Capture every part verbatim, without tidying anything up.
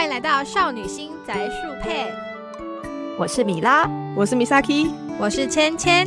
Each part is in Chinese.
欢迎来到少女心宅树配， 我是米拉， 我是 Misaki， 我是芊芊。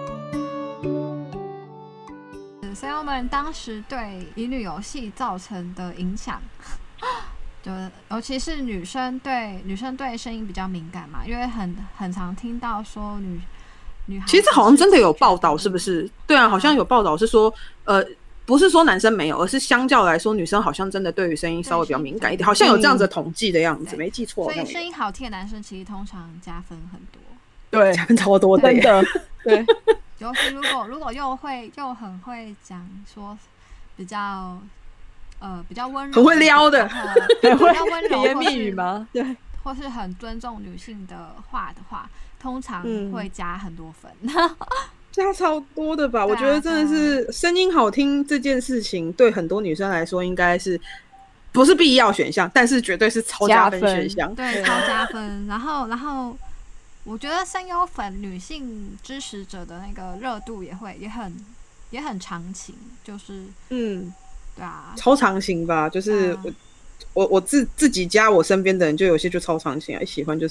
声优们当时对乙女游戏造成的影响，就尤其是女生对女生对声音比较敏感嘛，因为很很常听到说女女孩， 其实好像真的有报道，是不是？对啊，好像有报道是说，呃，不是说男生没有，而是相较来说，女生好像真的对于声音稍微比较敏感一点，好像有这样子的统计的样子，没记错。 所以声音好听的男生其实通常加分很多， 对，加分超多的， 真的，对。 尤其如果如果又会又很会讲说比较呃比较温柔， 很会撩的， 很会甜言蜜语吗？对， 或是很尊重女性的话的话，通常会加很多分。 嗯加超多的吧，我觉得真的是声音好听这件事情，对很多女生来说应该是不是必要选项，但是绝对是超加分选项， 对，超加分。然后，然后我觉得声优粉女性支持者的那个热度也会也很也很长情，就是嗯， 对啊， 超长情吧，就是我、啊、我我自自己加我身边的人，就有些就超长情，喜欢就是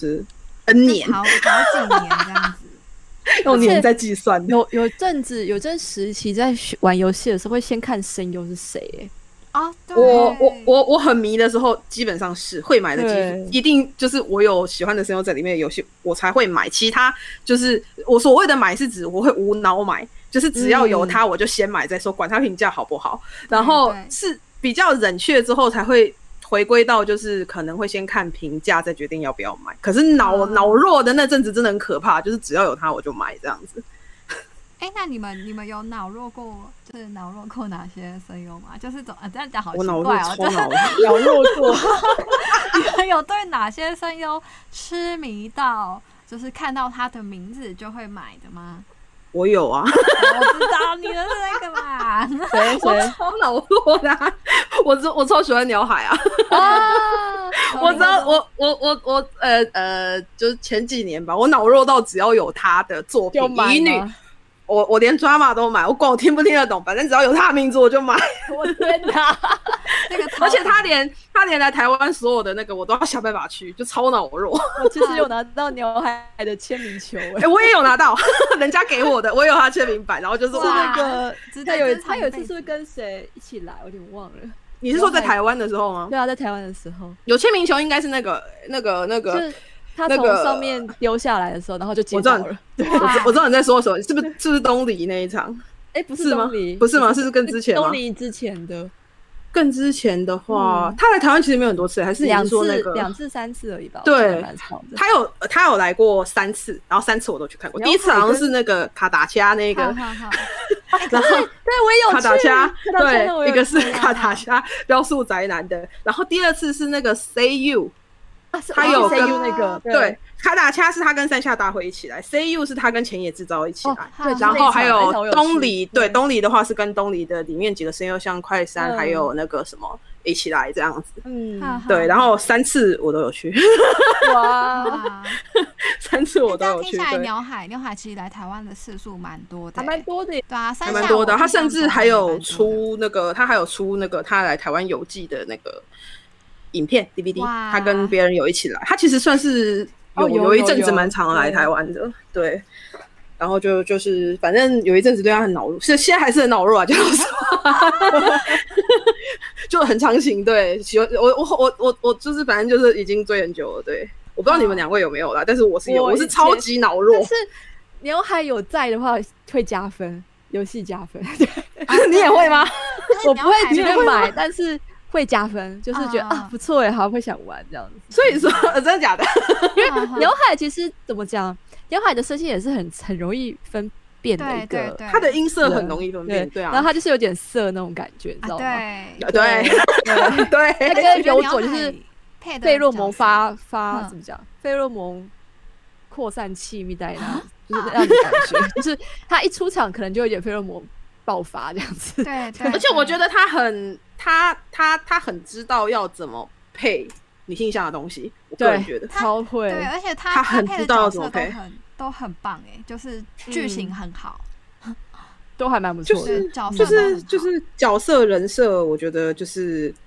N 年， 好好几年这样子。 用年在计算， 有有阵子有阵时期在玩游戏的时候，会先看声优是谁、欸。 哦，对， 我我我我很迷的时候，基本上是会买的几乎一定就是我有喜欢的声优在里面的游戏，我才会买。其他就是我所谓的买是指我会无脑买，就是只要有它我就先买再说，管它评价好不好。然后是比较冷却之后才会回归到就是可能会先看评价再决定要不要买。可是脑脑、嗯、弱的那阵子真的很可怕，就是只要有它我就买这样子。 哎、欸，那你们你们有脑弱过，就是脑弱过哪些声优吗？就是总啊这样讲好奇怪哦， 我脑弱脑弱过。 你们有对哪些声优痴迷到，就是看到他的名字就会买的吗？ 我有啊， 我知道你的是那个嘛， 我超脑弱的、啊，我我超喜欢鸟海啊。啊我知道，我我我我呃呃，就是前几年吧，我脑弱到只要有他的作品，乙女。我我连 drama 都买，我管我听不听得懂，反正只要有他的名字我就买。 我天哪！ 那个， 而且他连他连来台湾所有的那个我都要想办法去，就超脑弱。 我其实有拿到鸟海的签名球、欸，哎、 欸，我也有拿到，人家给我的，我有他签名版，然后就是是那个他有他有一次是不是跟谁一起来，我有点忘了。 你是说在台湾的时候吗？ 对啊，在台湾的时候有签名球，应该是那个那个那个。就是他从上面丢下来的时候，然后就接到了。 我知道，我, 我知道你在说什么，是不是？是不是东离那一场？ 哎、欸，不是东离， 不是吗？是更之前吗？ 东离之前的， 更之前的话，嗯、他来台湾其实没有很多次，还是你是说那个两次、三次而已吧？ 对，他有他有来过三次，然后三次我都去看过。第一次好像是那个卡达恰那个， 好好好然后对我也有卡达恰，对，一个是卡达恰雕塑宅男的，然后第二次是那个 Say You。他有跟、 哦、那个对卡达恰是他跟山下大辉一起来 ，C U 是他跟前野制造一起来， 哦、对， 然后还有东离，对东离的话是跟东离的里面几个声优像快山、嗯，还有那个什么一起来这样子，嗯，对，然后三次我都有去，哇，三次我都有去。 听起来鸟海鸟海其实来台湾的次数蛮多的、欸， 还蛮多的， 对啊， 还蛮多的。他甚至还有出那个，他还有出那个他来台湾游记的那个。影片 D V D， 他跟别人有一起来，他其实算是有、哦、有, 有一阵子蛮常来台湾的，对。然后就就是反正有一阵子对他很恼怒，现现在还是很恼怒啊，就是就很长情，对。喜欢我我我我我就是反正就是已经追很久了，对。我不知道你们两位有没有啦，但是我是有，我是超级恼弱。 但是牛海有在的话会加分，游戏加分。 你也会吗？ 我不会绝对买，但是。会加分，就是觉得、uh, 啊不错耶，好会想玩这样子。 所以说，真的假的？ 因为鸟海其实怎么讲，鸟海的声线也是很很容易分辨的一个， 它的音色很容易分辨，对啊。 然后它就是有点色那种感觉，你知道吗？ 对对对对， 那个有佐就是费洛蒙发发怎么讲？费洛蒙扩散器みたいな，就是那样的感觉，就是他一出场可能就有点费洛蒙爆发这样子。 对对， 而且我觉得他很。他他他很知道要怎么配女性向的东西，我个人觉得超会。 对，而且他他很知道要怎么配， 都很都很棒哎，就是剧情很好， 嗯、都还蛮不错的。 就是就是就是角色人设，我觉得就是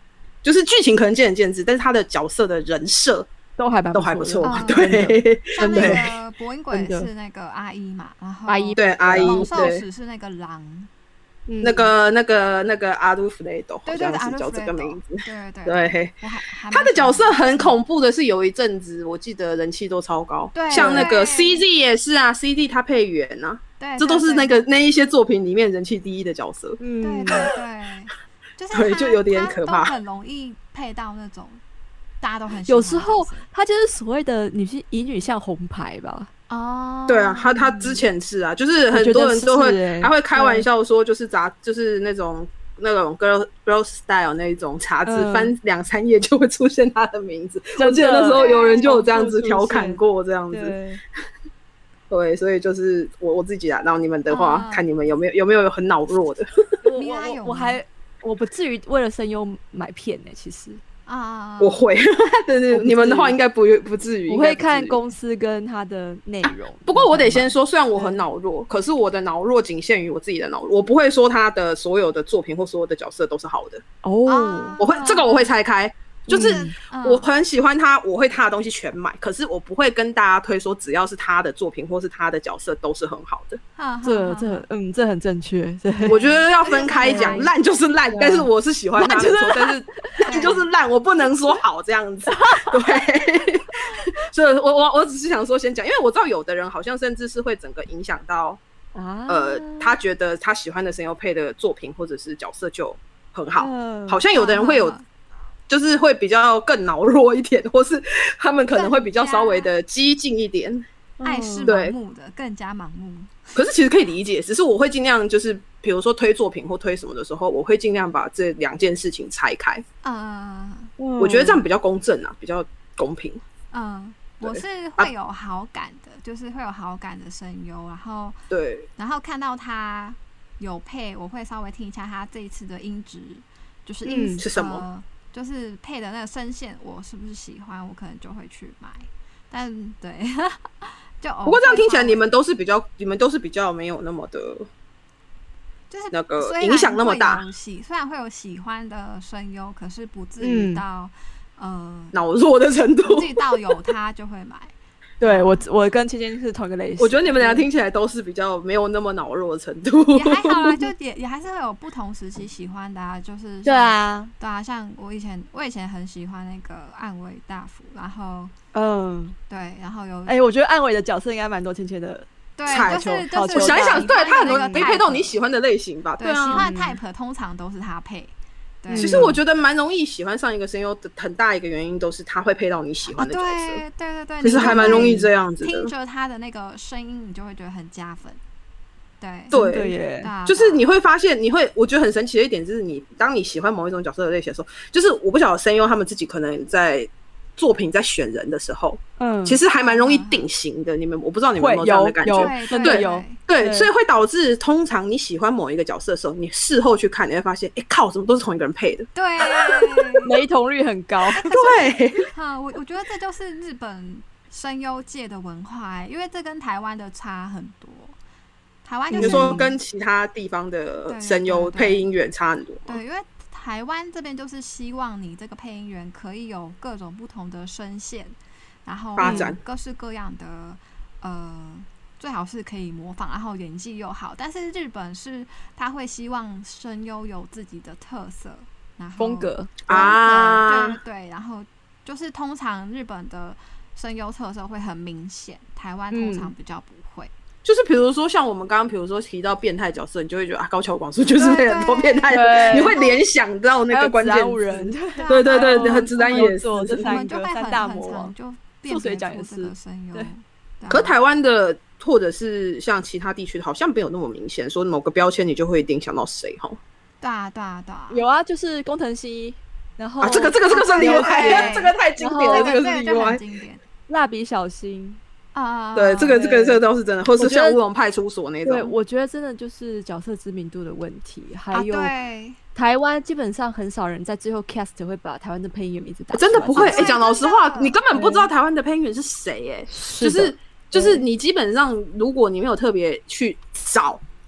就是剧情可能见仁见智，但是他的角色的人设都还蛮都还不错， 嗯、 对， 像那个博音鬼是那个阿一嘛，然后阿一对阿一， 猛兽使是那个狼。 嗯、那个、那个、那个阿杜弗雷多，好像是叫这个名字。 对对对， 对他的角色很恐怖的是，有一阵子我记得人气都超高， 对， 像那个 C Z 也是啊 ，C Z 他配员啊，对，这都是那个那一些作品里面人气第一的角色。 嗯，对对对，就是对，就有点可怕， 很容易配到那种大家都很喜欢。 有时候他就是所谓的女性乙女像红牌吧。 哦， 对啊，他他之前是啊，就是很多人都会、欸、还会开玩笑说，就是杂就是那种那种 girl girl style 那一种杂志、嗯、翻两三页就会出现他的名字。我记得那时候有人就有这样子调侃过这样子。对，对，所以就是我我自己啊，然后你们的话、啊、看你们有没有有没有很脑弱的。 我我我还我不至于为了声优买片呢、欸，其实。 啊， 我会，对对，你们的话应该不不至于。 我会看公司跟它的内容、啊。 不过我得先说，虽然我很脑弱，可是我的脑弱仅限于我自己的脑弱，我不会说他的所有的作品或所有的角色都是好的。哦，我会这个我会拆开。就是我很喜欢他，我会他的东西全买，可是我不会跟大家推说只要是他的作品或是他的角色都是很好的。 这这嗯，这很正确。 我觉得要分开讲，烂就是烂，但是我是喜欢他的错，但是烂就是烂，我不能说好这样子。对，所以我我我只是想说先讲，因为我知道有的人好像甚至是会整个影响到，呃，他觉得他喜欢的声优配的作品或者是角色就很好，好像有的人会有。就是会比较更脑弱一点，或是他们可能会比较稍微的激进一点， 爱是盲目的，更加盲目。 可是其实可以理解，只是我会尽量就是，比如说推作品或推什么的时候，我会尽量把这两件事情拆开。嗯，我觉得这样比较公正啊，比较公平。 嗯，我是会有好感的，啊、就是会有好感的声优，然后对， 然后看到他有配，我会稍微听一下他这一次的音质，就是音、 嗯、是什么。 呃就是配的那个声线，我是不是喜欢，我可能就会去买。但对，就不过这样听起来，你们都是比较，你们都是比较没有那么的， 就是那个影响那么大。 虽然会有喜欢的声优，可是不至于到、嗯、呃脑弱的程度， 不至于到有他就会买。 对我，我跟芊芊是同一个类型。 我觉得你们俩听起来都是比较没有那么脑弱的程度， 也还好啦，就也也还是会有不同时期喜欢的啊，就是对啊， 对啊，像我以前我以前很喜欢那个暗尾大辅，然后嗯， 对，然后有哎、欸，我觉得暗尾的角色应该蛮多芊芊的。 对，就是就是、 我想一想，对他很多没配到你喜欢的类型吧？ 对， 对啊、 喜欢的 type 通常都是他配。 其实我觉得蛮容易喜欢上一个声优的很大一个原因都是他会配到你喜欢的角色， 哦、对对对对， 其实还蛮容易这样子的。 听着他的那个声音，你就会觉得很加分。对对对耶， 就是你会发现，你会我觉得很神奇的一点就是你，当你喜欢某一种角色的类型的时候，就是我不晓得声优他们自己可能在作品在选人的时候，嗯，其实还蛮容易定型的。你们我不知道你们有没有这样的感觉？ 对对有对，所以会导致通常你喜欢某一个角色的时候，你事后去看，你会发现，哎、欸、靠，怎么都是同一个人配的？ 对， 雷同率很高。 对， 哈、嗯，我我觉得这就是日本声优界的文化、欸，因为这跟台湾的差很多。台湾就是你说跟其他地方的声优配音员差很多。 对，因为台湾这边就是希望你这个配音员可以有各种不同的声线，然后发展各式各样的呃，最好是可以模仿，然后演技又好。但是日本是他会希望声优有自己的特色，然后风格啊， 对对对，然后就是通常日本的声优特色会很明显，台湾通常比较不会。嗯， 就是比如说像我们刚刚比如说提到变态角色，你就会觉得啊，高桥广树就是配很多变态的，你会联想到那个关键字。对对对对，子弹也是， 这三个三大魔王， 就素水奖也是。 对。 可是台湾的或者是像其他地区的，好像没有那么明显，说某个标签你就会一定想到谁哈。 对啊对啊对啊， 有啊，就是工藤新，然后啊，这个这个这个是例外，这个太经典了，这个是例外。 蜡笔小新。 啊， 对，这个这个这个倒是真的，或是像乌龙派出所那种。 对，我觉得真的就是角色知名度的问题，还有、 啊、 台湾基本上很少人在最后 cast 会把台湾的配音员名字打出来， 真的不会。哎，讲、欸、老实话，你根本不知道台湾的配音员是谁，哎，就是就是你基本上，如果你没有特别去找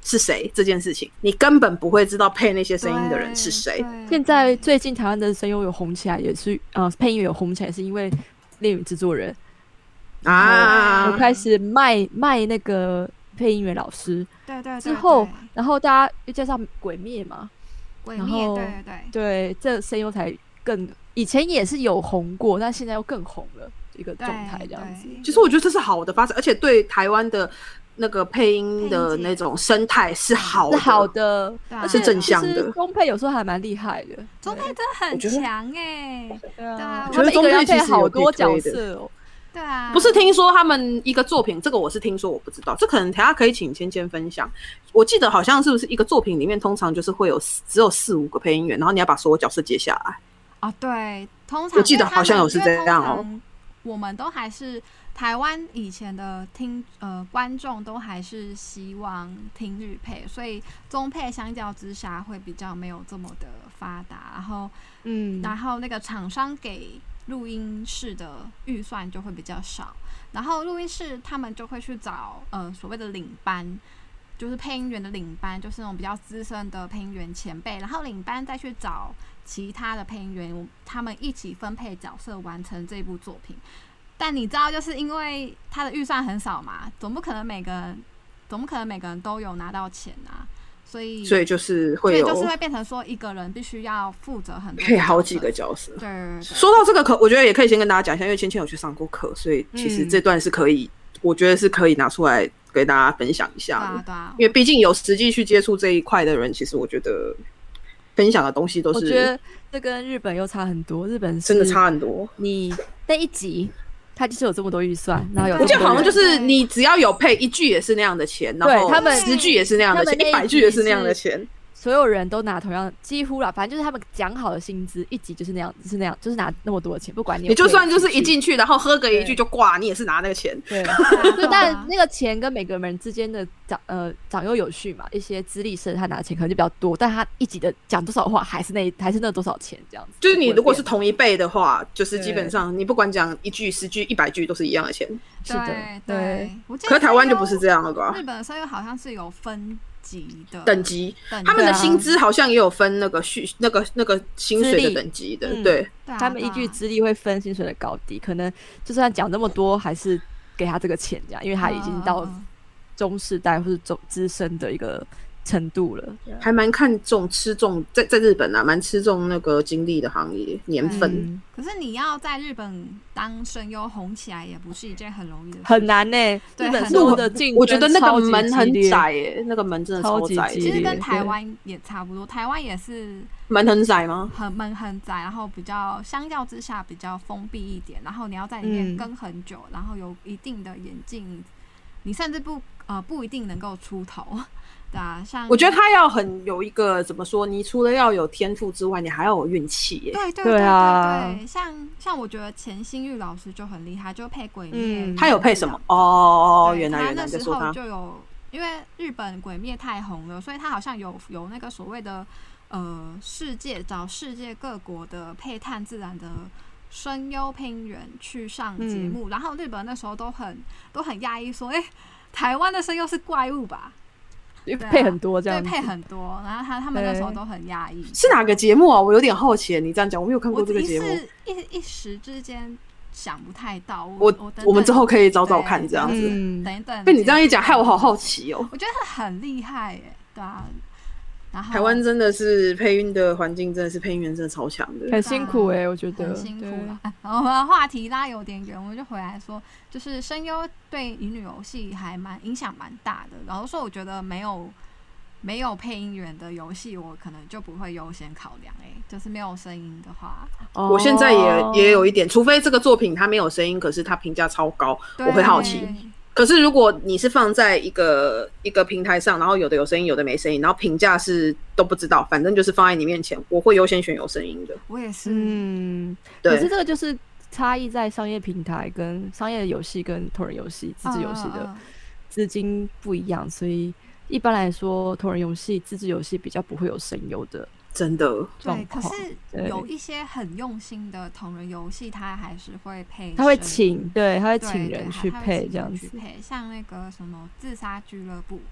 是谁这件事情，你根本不会知道配那些声音的人是谁。 现在最近台湾的声优有红起来，也是呃配音员有红起来，是因为恋与制作人啊，我开始卖卖那个配音员老师， 对 对, 对, 对， 之后然后大家又加上鬼灭嘛， 鬼灭，对对对对，这声优才更以前也是有红过，但现在又更红了一个状态这样子。 其实我觉得这是好的发展，而且对台湾的那个配音的那种生态是好的， 是好的， 而且正向的。 中配有时候还蛮厉害的， 中配真的很强哎、欸， 对啊， 我觉得中配其实好多角色哦。 对啊， 不是听说他们一个作品，这个我是听说，我不知道，这可能大家可以请芊芊分享。我记得好像是不是一个作品里面通常就是会有只有四五个配音员，然后你要把所有角色接下来。 哦，对，通常我记得好像有是这样哦。 我们都还是台湾以前的听呃观众都还是希望听日配，所以中配相较之下会比较没有这么的发达，然后嗯，然后那个厂商给录音室的预算就会比较少，然后录音室他们就会去找呃所谓的领班，就是配音员的领班，就是那种比较资深的配音员前辈，然后领班再去找其他的配音员，他们一起分配角色完成这部作品。但你知道，就是因为他的预算很少嘛，总不可能每个人总不可能每个人都有拿到钱啊，所以所以就是会有， 所以就是会变成说一个人必须要负责很多， 可以好几个角色。 对, 对, 对， 说到这个可，我觉得也可以先跟大家讲一下，因为芊芊有去上过课，所以其实这段是可以，嗯、我觉得是可以拿出来给大家分享一下的。 对啊对啊， 因为毕竟有实际去接触这一块的人，其实我觉得分享的东西都是， 我觉得这跟日本又差很多，日本真的差很多。 你那一集。他就是有这么多预算，然后有我记得好像就是你只要有配一句也是那样的钱，然后他们十句也是那样的钱，一百句也是那样的钱， 所有人都拿同样，几乎啦，反正就是他们讲好的薪资，一集就是那样，就是那样，就是拿那么多的钱，不管你有你就算就是一进去，然后喝个一句就挂，你也是拿那个钱。 对，就但那个钱跟每个人之间的长呃长幼有序嘛，一些资历生他拿的钱可能就比较多，但他一集的讲多少话还是那还是那多少钱这样子。 就是你如果是同一辈的话，就是基本上你不管讲一句、十句、一百句都是一样的钱。 是的，对。 可是台湾就不是这样了吧？ 日本的声优好像是有分级的等级，他们的薪资好像也有分那个续那个那个薪水的等级的，对， 他们依据资历会分薪水的高低，可能就算讲那么多，还是给他这个钱这样，因为他已经到中世代或是中资深的一个程度了， 还蛮看重吃重，在在日本啊，蛮吃重那个经历的行业年份。嗯、 可是你要在日本当声优红起来，也不是一件很容易的事， 很难呢、欸。日本声优的竞争， 我觉得那个门很窄耶、欸，那个门真的超窄。 其实跟台湾也差不多，台湾也是门很窄吗？ 很门很窄，然后比较相较之下比较封闭一点，然后你要在里面跟很久，嗯、然后有一定的演进，你甚至不呃不一定能够出头。对啊，像我觉得他要很有一个怎么说，你除了要有天赋之外，你还要有运气耶。 对对对对对，啊、像像我觉得钱新玉老师就很厉害，就配鬼灭、嗯， 他有配什么？哦，原来原来他那时候就有，因为日本鬼灭太红了，所以他好像有有那个所谓的呃世界找世界各国的配炭自然的声优配音员去上节目，嗯、然后日本那时候都很都很讶异说，哎、欸，台湾的声优是怪物吧？ 配很多这样子， 对，配很多，然后他他们那时候都很压抑。 是哪个节目啊？我有点好奇，你这样讲，我没有看过这个节目， 一一时之间想不太到。 我 我, 我们之后可以找找看，这样子。 嗯、等一等， 被你这样一讲，害我好好奇哦。 我觉得他很厉害耶，对啊。然后台湾真的是配音的环境，真的是配音员真的超强的， 很辛苦哎、欸，我觉得很辛苦了。然后我们话题拉有点远，我们就回来说，就是声优对乙女游戏还蛮影响蛮大的。然后说，我觉得没有。没有配音员的游戏，我可能就不会优先考量、欸。哎，就是没有声音的话， 哦、我现在也也有一点，除非这个作品它没有声音，可是它评价超高，我会好奇。可是如果你是放在一个一个平台上，然后有的有声音，有的没声音，然后评价是都不知道，反正就是放在你面前，我会优先选有声音的。 我也是， 嗯，对。可是这个就是差异在商业平台跟商业游戏跟同人游戏、自制游戏的资金不一样，所以。一般来说，同人游戏、自制游戏比较不会有声优的， 真的。 对，可是有一些很用心的同人游戏，他还是会配， 他会请，对，他会请人去配这样子。 配像那个什么自杀俱乐部，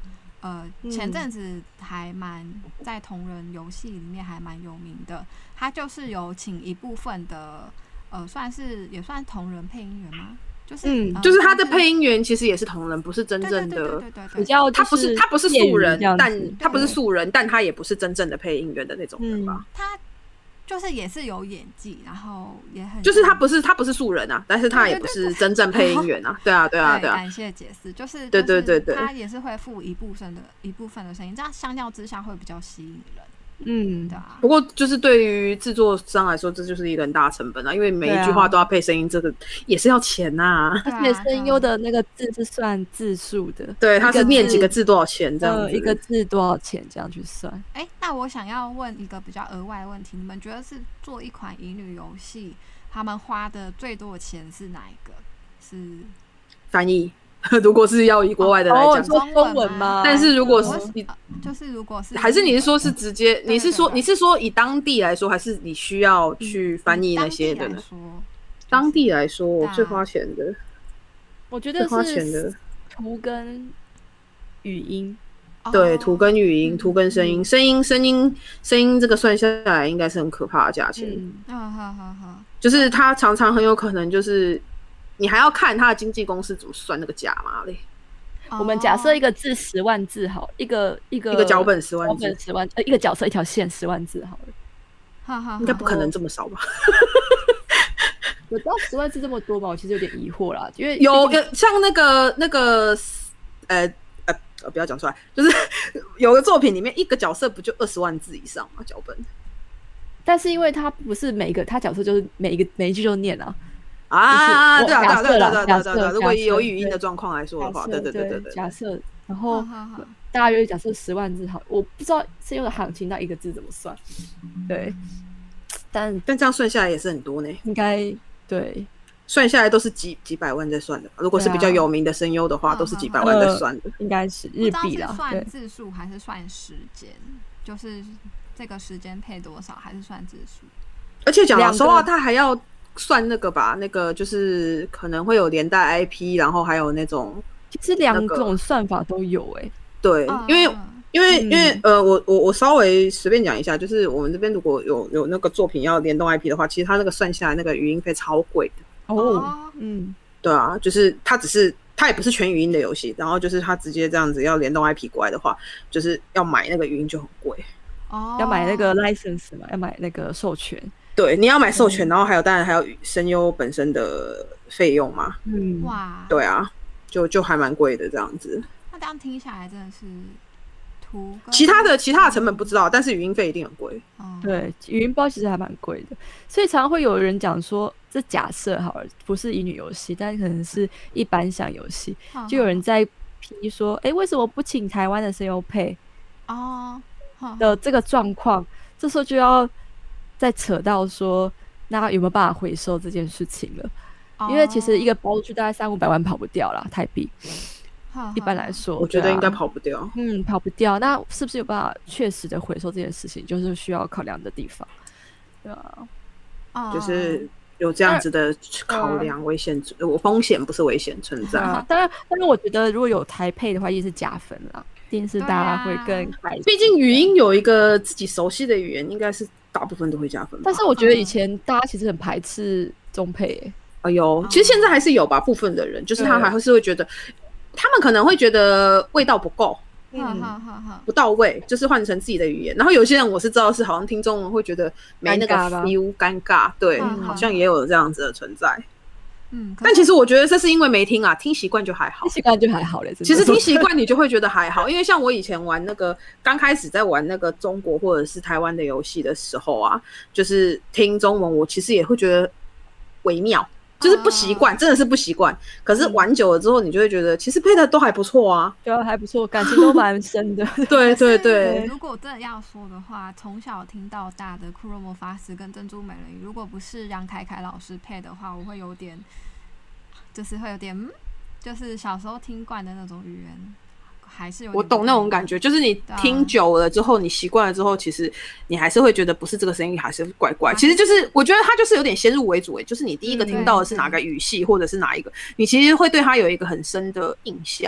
呃前阵子还蛮在同人游戏里面还蛮有名的，他就是有请一部分的呃算是也算同人配音员吗？就是、 嗯呃、 就是他的配音员其实也是同人，不是真正的比较， 他不是他不是素人，但他不是对素人，但他也不是真正的配音员的那种人吧？ 嗯、他就是也是有演技，然后也很就是他不是他不是素人啊，但是他也不是真正配音员啊。对啊对啊对啊， 感谢解释，就是对对对对， 他也是会附一部分的一部分的声音，这样相较之下会比较吸引人。 嗯， 对啊。 不过就是对于制作商来说，这就是一个很大的成本啊，因为每一句话都要配声音，这个也是要钱呐、啊。 而且声优的那个字是算字数的， 对，他是念几个字多少钱这样子、 呃，一个字多少钱这样去算。 哎、欸，那我想要问一个比较额外的问题，你们觉得是做一款乙女游戏，他们花的最多的钱是哪一个？是翻译。如果是要以国外的来讲， 哦，说中文吗？ 但是如果是你、 呃，就是如果是， 还是你是说是直接？ 对对对， 你是说你是说以当地来说，还是你需要去翻译那些的呢？ 嗯、 当地来说，我最花钱的， 我觉得是图跟语音。 对，图跟语音，图跟声音，声音声音声音，这个算下来应该是很可怕的价钱。 嗯， 好好好好， 就是它常常很有可能就是。你还要看他的经纪公司怎么算那个价码嘞？ 我们假设一个字十万字好，一个一个一个脚本十万字， 十万呃一个角色一条线十万字好了， 哈哈， 应该不可能这么少吧？ 我知道十万字这么多嘛，我其实有点疑惑啦，因为有像那个那个呃呃不要讲出来，就是有个作品里面一个角色不就二十万字以上吗？脚本， 但是因为他不是每一个他角色就是每一个每一句就念啊。 啊，对啊，对啊，对啊，对啊， 对啊， 如果有语音的状况来说的话，对对对对对。 假设，然后大约假设十万字好，我不知道声优的行情到一个字怎么算，对，但但这样算下来也是很多呢， 应该对， 算下来都是几几百万在算的。如果是比较有名的声优的话，都是几百万在算的， 应该是日币啦。 算字数还是算时间？就是这个时间配多少，还是算字数？ 而且讲老实话，他还要。算那个吧，那个就是可能会有连带 I P， 然后还有那种， 其实两种算法都有哎、欸。 对，因为、嗯、因为因为呃，我我我稍微随便讲一下，就是我们这边如果有有那个作品要联动 I P 的话，其实它那个算下来那个语音费超贵的哦。嗯， 对啊，就是它只是它也不是全语音的游戏，然后就是它直接这样子要联动 I P 过来的话，就是要买那个语音就很贵哦，要买那个 license 嘛，要买那个授权。 对，你要买授权，然后还有当然还有声优本身的费用嘛。 嗯， 哇， 对啊，就就还蛮贵的这样子。 那这样听下来真的是图其他的其他的成本不知道，但是语音费一定很贵。 嗯、对，语音包其实还蛮贵的，所以常常会有人讲说，这假设好了，不是乙女游戏，但可能是一般像游戏， 嗯、 就有人在批说，哎、欸，为什么不请台湾的声优配哦的这个状况？这时候就要。再扯到说，那有没有办法回收这件事情了？ Oh. 因为其实一个包具大概三五百万跑不掉啦，台币。一般来说， 我觉得应该跑不掉。 啊、嗯，跑不掉。那是不是有办法确实的回收这件事情，就是需要考量的地方？对啊， Oh. 就是有这样子的考量，危险，我风险不是危险存在。 啊、当然，但是我觉得如果有台配的话，也是加分啦。一定是大家会更开心。 毕竟语音有一个自己熟悉的语言，应该是。大部分都会加分， 但是我觉得以前大家其实很排斥中配、欸， 哎呦，其实现在还是有吧，部分的人就是他还是会觉得，他们可能会觉得味道不够， 嗯， 不到位，就是换成自己的语言。然后有些人我是知道是好像听中文会觉得没那个 feel， 尴尬，对，好像也有这样子的存在。嗯，但其实我觉得这是因为没听啊，听习惯就还好， 听习惯就还好嘞。 其实听习惯你就会觉得还好，因为像我以前玩那个刚开始在玩那个中国或者是台湾的游戏的时候啊，就是听中文，我其实也会觉得微妙，就是不习惯，真的是不习惯。可是玩久了之后，你就会觉得其实配的都还不错啊， 对啊，还不错，感情都蛮深的。 对对对。 如果真的要说的话，从小听到大的库洛魔法使跟珍珠美人鱼，如果不是杨凯凯老师配的话，我会有点。就是会有点，就是小时候听惯的那种语言，还是有点。 我懂那种感觉，就是你听久了之后，你习惯了之后，其实你还是会觉得不是这个声音，还是怪怪。其实就是我觉得它就是有点先入为主，就是你第一个听到的是哪个语系，或者是哪一个，你其实会对它有一个很深的印象。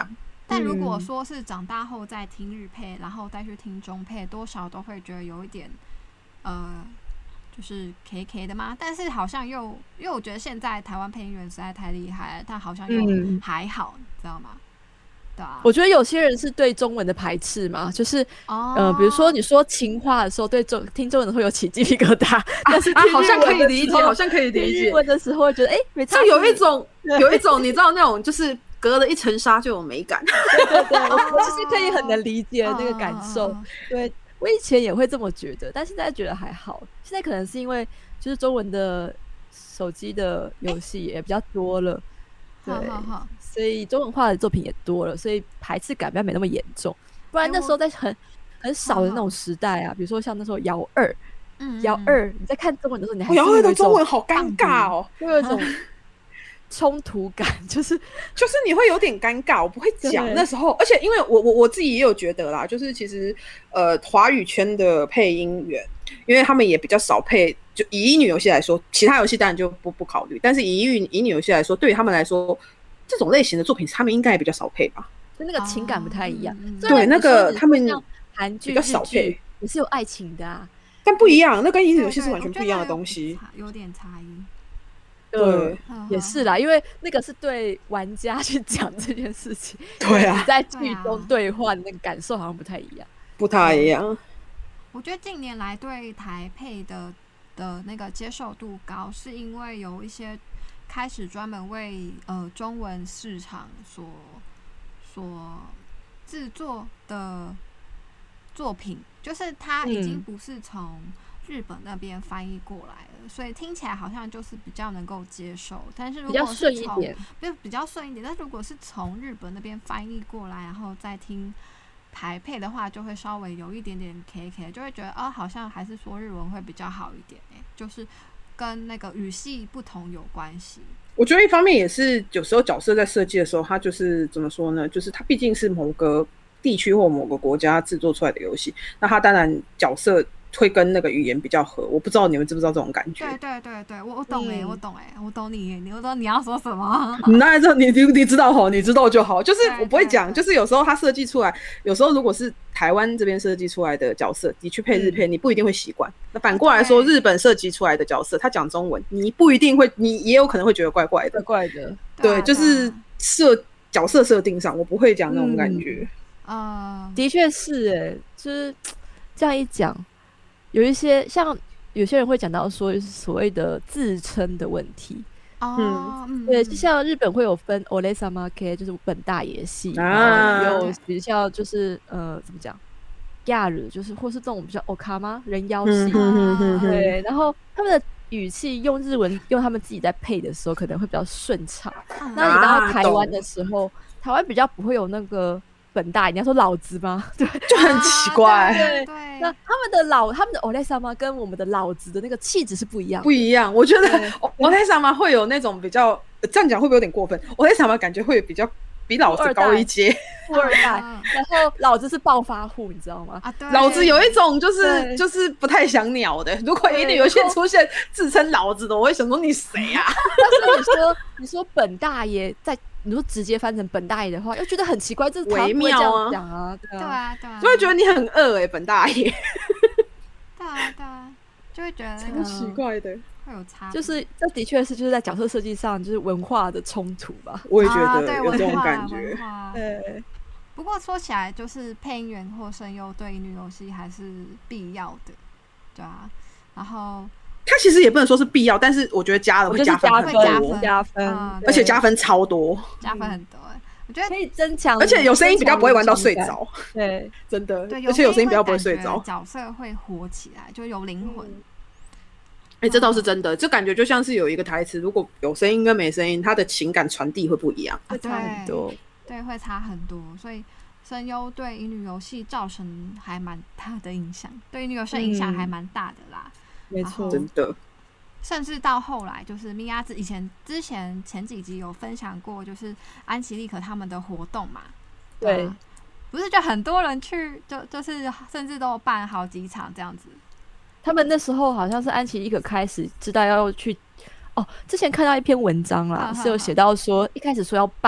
但如果说是长大后再听日配，然后再去听中配，多少都会觉得有一点呃。就是 K K 的嘛，但是好像又因为我觉得现在台湾配音员实在太厉害了，但好像又还好，嗯、你知道吗？对啊， 我觉得有些人是对中文的排斥嘛，就是、哦、呃，比如说你说情话的时候，对中听中文的会有起鸡皮疙瘩，啊、但是啊，好像可以理解，好像可以理解。 日文的时候会觉得，哎、欸，每次就有一种有一种你知道那种就是隔了一层纱就有美感， 对对对，我其实可以很能理解那个感受，哦、对。我以前也会这么觉得，但现在觉得还好。现在可能是因为就是中文的手机的游戏也比较多了，欸、对，好好好，所以中文化的作品也多了，所以排斥感比较没那么严重。不然那时候在很很少的那种时代啊，比如说像那时候姚二，嗯，姚二，你在看中文的时候，你还是姚二的中文好尴尬哦， 会有一种冲突感，就是就是你会有点尴尬，我不会讲那时候，而且因为我我我自己也有觉得啦，就是其实呃华语圈的配音员，因为他们也比较少配，就以乙女游戏来说，其他游戏当然就不不考虑，但是以乙女游戏来说，对于他们来说，这种类型的作品他们应该也比较少配吧， 就那个情感不太一样。 嗯、对，那个他们韩剧比较少配， 也是有爱情的啊， 但不一样，那跟乙女游戏是完全不一样的东西， 有点差异。 对， 也是啦，因为那个是对玩家去讲这件事情， 对啊， 在剧中对话的那个感受好像不太一样， 不太一样。 我觉得近年来对台配的的那个接受度高，是因为有一些开始专门为呃中文市场所所制作的作品，就是它已经不是从日本那边翻译过来了，所以听起来好像就是比较能够接受。但是如果是从比较顺一点，就比较顺一点。但如果是从日本那边翻译过来，然后再听台配的话，就会稍微有一点点 K K， 就会觉得哦，好像还是说日文会比较好一点、欸、就是跟那个语系不同有关系。 我觉得一方面也是有时候角色在设计的时候，它就是怎么说呢？就是它毕竟是某个地区或某个国家制作出来的游戏，那它当然角色会跟那个语言比较合，我不知道你们知不知道这种感觉？ 对对对对，我我懂哎、欸嗯，我懂哎、欸，我懂你，你我懂你要说什么？ 你那这你你你知道好，你知道就好。就是我不会讲，就是有时候他设计出来，有时候如果是台湾这边设计出来的角色，你去配日配，嗯、你不一定会习惯。那反过来说，日本设计出来的角色，他讲中文，你不一定会，你也有可能会觉得怪怪的， 怪怪的。 对，就是设角色设定上，我不会讲那种感觉。 嗯，的确是哎、欸，就是这样一讲。有一些像有些人会讲到说，就是所谓的自称的问题。 哦， 嗯，对，就像日本会有分 Ole Samake， 就是本大爷系，啊，有比较就是呃怎么讲，亚日就是或是这种比较 Okama 人妖系， 嗯、 对，然后他们的语气用日文用他们自己在配的时候可能会比较顺畅。啊、那你到台湾的时候，台湾比较不会有那个。本大，你要说老子吗？对， 就很奇怪。 啊、对, 对，那他们的老，他们的 Ole Sama 跟我们的老子的那个气质是不一样的， 不一样。我觉得 Ole Sama 会有那种比较，这样讲会不会有点过分 ？Ole Sama 感觉会比较比老子高一阶， 富二代。然后老子是暴发户，你知道吗？ 啊，对， 老子有一种就是就是不太想鸟的。如果一定有些出现自称老子的，我会想说你谁啊？ 但是你说你说本大爷在。你说直接翻成本大爷的话，又觉得很奇怪，这是微妙啊， 讲啊，对啊，对啊， 就会觉得你很恶哎、欸，本大爷。 对啊，对啊，就会觉得那个超奇怪的， 会有差。 就是这的确是就是在角色设计上就是文化的冲突吧。 我也觉得、 啊、对有这种感觉。 对。 不过说起来，就是配音员或声优对乙女游戏还是必要的，对啊，然后。 它其实也不能说是必要，但是我觉得加了会加分很多，加分， 而且加分超多， 加分很多。我觉得可以增强， 而且有声音比较不会玩到睡着。 对， 真的， 对， 而且有声音比较不会睡着， 角色会活起来，就有灵魂。 哎、欸，这倒是真的，就感觉就像是有一个台词，如果有声音跟没声音，它的情感传递会不一样， 会差很多。 对，会差很多，所以。声优对乙女游戏造成还蛮大的影响，对乙女游戏影响还蛮大的啦。 没错， 真的。 甚至到后来，就是米娅子以前之前前几集有分享过，就是安琪丽可他们的活动嘛， 对， 啊、不是就很多人去，就就是甚至都有办好几场这样子。 他们那时候好像是安琪丽可开始知道要去，哦，之前看到一篇文章啦，是有写到说一开始说要办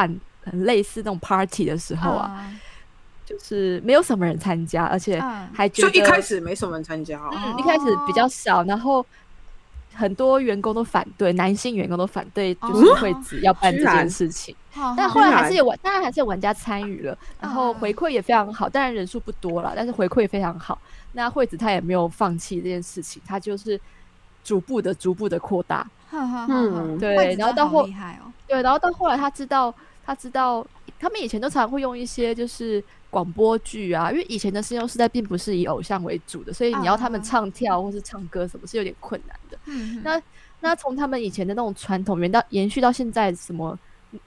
很类似那种 party 的时候啊， 嗯、 就是没有什么人参加，而且还觉得、 嗯、就一开始没什么人参加、哦， 嗯，一开始比较少，然后很多员工都反对，男性员工都反对，就是惠子要办这件事情。哦、但后来还是有玩，当然还是有玩家参与了，然后回馈也非常好，当然人数不多啦，但是回馈也非常好。那惠子她也没有放弃这件事情，她就是逐步的、逐步的扩大。 嗯， 对，然后到后、 哦、 对，然后到后来他知道，他知道他们以前都常会用一些就是广播剧啊，因为以前的声优时代并不是以偶像为主的，所以你要他们唱跳或是唱歌什么是有点困难的。嗯，那那从他们以前的那种传统延到延续到现在，什么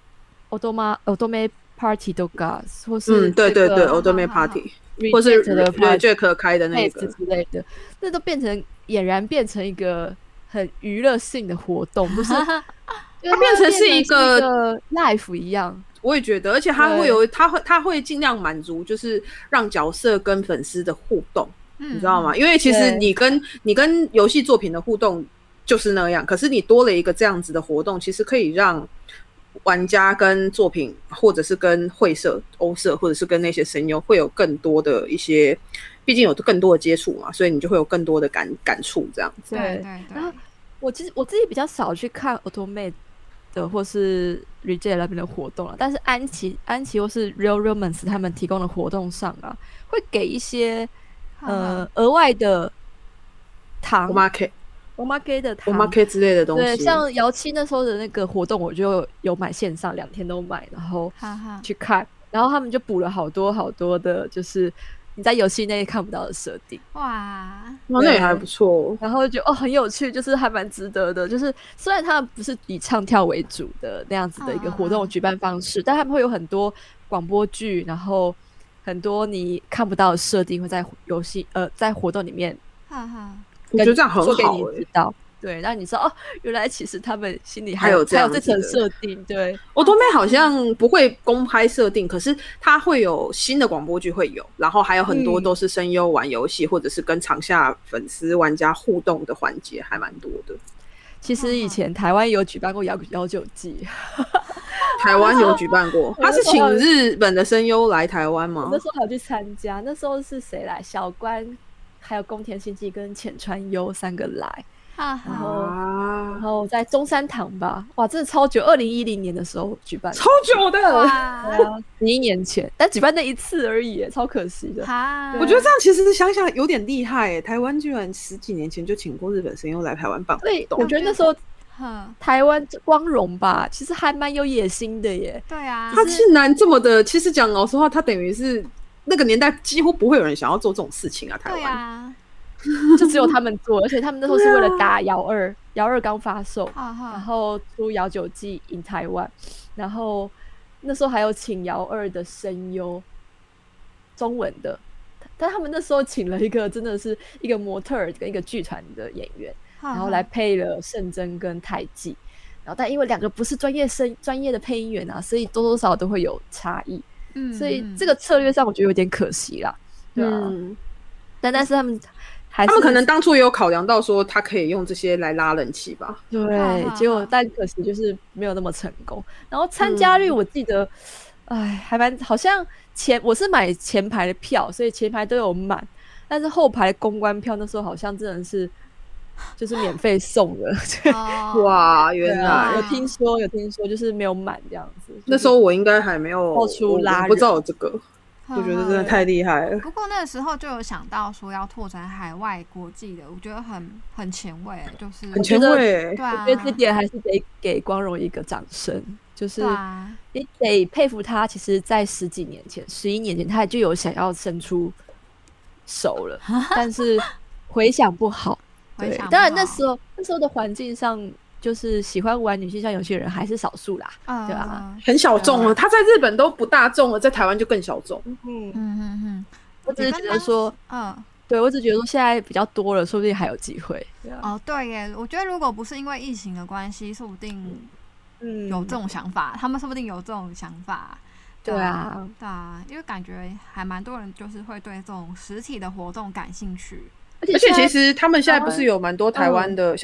Otome Otome Party 都 gas 或是、 嗯、对对对 Otome Party 或是 Jack 开的那个之类的，那都变成俨然变成一个很娱乐性的活动，就是它变成是一个 live 一样。 我也觉得，而且它会有，它会它会尽量满足，就是让角色跟粉丝的互动，嗯、你知道吗？因为其实你跟你跟游戏作品的互动就是那样，可是你多了一个这样子的活动，其实可以让玩家跟作品，或者是跟会社、欧社，或者是跟那些声优，会有更多的一些，毕竟有更多的接触嘛，所以你就会有更多的感感触这样子。 对对对。然后我其实我自己比较少去看 Otome 的或是 Reject 那边的活动了，但是安琪、安琪或是 Real Romance 他们提供的活动上啊，会给一些呃额外的糖。 Omake Omake 的糖 Omake 之类的东西。 对，像姚七那时候的那个活动，我就有买线上，两天都买，然后去看，然后他们就补了好多好多的，就是你在游戏内看不到的设定。 哇， 那也还不错。 然后就觉得哦很有趣，就是还蛮值得的。就是虽然他们不是以唱跳为主的那样子的一个活动举办方式，啊、但他们会有很多广播剧，然后很多你看不到的设定会在游戏呃在活动里面。 哈哈。 我觉得这样很好、欸， 给你知道，对，让你知道哦，原来其实他们心里还有这还有这层设定。对 ，Otome好像不会公开设定，可是它会有新的广播剧会有，然后还有很多都是声优玩游戏、嗯，或者是跟场下粉丝玩家互动的环节，还蛮多的。 其实以前台湾有举办过摇摇酒季， 台湾有举办过，他是请日本的声优来台湾吗？ 那时候还有去参加，那时候是谁来？小关。还有宫田新纪跟浅川优三个来，然后然后在中山堂吧，哇，真的超久，二零一零年的时候举办， 超久的， 对啊，十一年前，但举办那一次而已，超可惜的。 我觉得这样其实想想有点厉害耶，台湾居然十几年前就请过日本声优来台湾办活动。 对，我觉得那时候台湾光荣吧，其实还蛮有野心的耶。 对啊， 他竟然这么的，其实讲老实话，他等于是。那个年代几乎不会有人想要做这种事情啊，台湾、 啊、 就只有他们做，而且他们那时候是为了打摇二，摇二刚发售，然后出摇九季 in 台湾，然后那时候还有请摇二的声优，中文的，但他们那时候请了一个真的是一个模特儿跟一个剧团的演员，然后来配了圣真跟太纪，然后但因为两个不是专业声专业的配音员啊，所以多多少少都会有差异。嗯，所以这个策略上我觉得有点可惜啦，对啊。嗯、但但是他们还是他们可能当初也有考量到说他可以用这些来拉人气吧， 对。结果但可惜就是没有那么成功。然后参加率我记得，哎、嗯，还蛮好像前我是买前排的票，所以前排都有满，但是后排公关票那时候好像真的是。就是免费送的， 哦、哇！原来、 啊、有听说，有听说，就是没有满这样子。 那时候我应该还没有爆出拉人， 我不知道有这个，我觉得真的太厉害了。 不过那个时候就有想到说要拓展海外国际的，我觉得很很前卫，就是很前卫。 对啊， 我觉得这点还是得给光荣一个掌声，就是你得佩服他。其实，在十几年前、十一年前，他就有想要伸出手了，但是回响不好。对，当然那时候那时候的环境上，就是喜欢玩女性向游戏的人还是少数啦，嗯、对吧？ 很小众了，他在日本都不大众了，在台湾就更小众。 嗯嗯嗯嗯，我只是觉得说，嗯，对我只觉得说现在比较多了，说不定还有机会。对啊、 哦，对耶，我觉得如果不是因为疫情的关系，说不定嗯有这种想法，嗯、他们说不定有这种想法。 对啊， 对啊，因为感觉还蛮多人就是会对这种实体的活动感兴趣。 而且其实他们现在不是有蛮多台湾的，嗯、像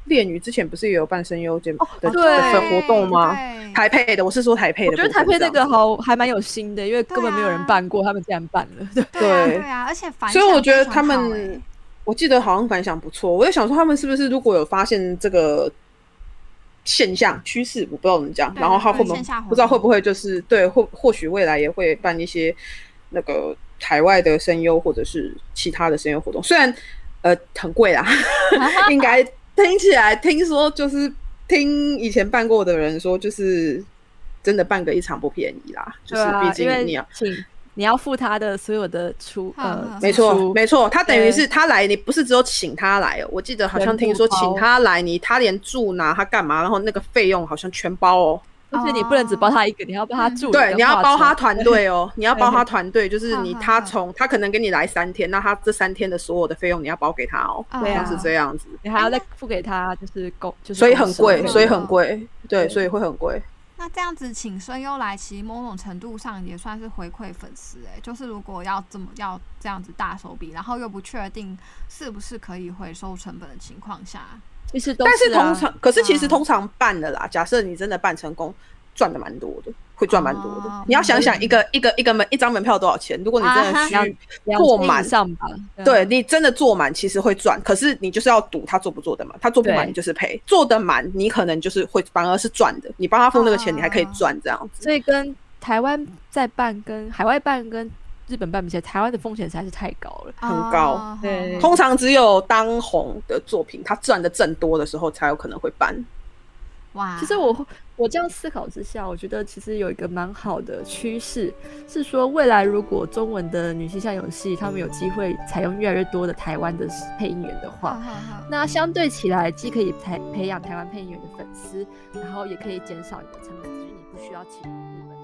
恋语之前不是也有办声优节目的对活动吗？台配的，我是说台配的。 我觉得台配那个好还蛮有心的，因为根本没有人办过，他们竟然办了。对对啊，对啊，而且反响所以我觉得他非常好欸们，我记得好像反响不错。我在想说，他们是不是如果有发现这个现象趋势，我不知道怎么讲，然后他会不会不知道会不会就是对，或或许未来也会办一些那个海外的声优或者是其他的声优活动，虽然呃很贵啦，应该听起来听说就是听以前办过的人说，就是真的办个一场不便宜啦，就是毕竟你要。 你要付他的所有的出呃， 没错没错，他等于是他来，你不是只有请他来哦，我记得好像听说请他来，你他连住哪他干嘛，然后那个费用好像全包哦。 而且你不能只包他一个，你要包他住， 对，你要包他团队哦，你要包他团队，就是你他从他可能跟你来三天，那他这三天的所有的费用你要包给他哦，对啊，是这样子， 你还要再付给他，就是工，就是所以很贵，所以很贵，对，所以会很贵。 那这样子请声优来，其实某种程度上也算是回馈粉丝哎、欸，就是如果要这么要这样子大手笔，然后又不确定是不是可以回收成本的情况下， 其实都是、啊、 但是通常，可是其实通常办了啦。假设你真的办成功，赚的蛮多的，会赚蛮多的。哦、你要想想一个、嗯、一个一个门一张门票多少钱？如果你真的需坐满上吧， 对你真的坐满，其实会赚。可是你就是要赌他坐不坐得满，他坐不满你就是赔，坐得满你可能就是会反而是赚的。你帮他付那个钱，你还可以赚这样子。 所以跟台湾在办、跟海外办、跟日本办比起来，台湾的风险实在是太高了， 很高。 对， 通常只有当红的作品，他赚的正多的时候，才有可能会办。 哇， 其实我我这样思考之下，我觉得其实有一个蛮好的趋势，是说未来如果中文的女性向游戏他们有机会采用越来越多的台湾的配音员的话，那相对起来既可以培培养台湾配音员的粉丝，然后也可以减少你的成本，就是你不需要请日本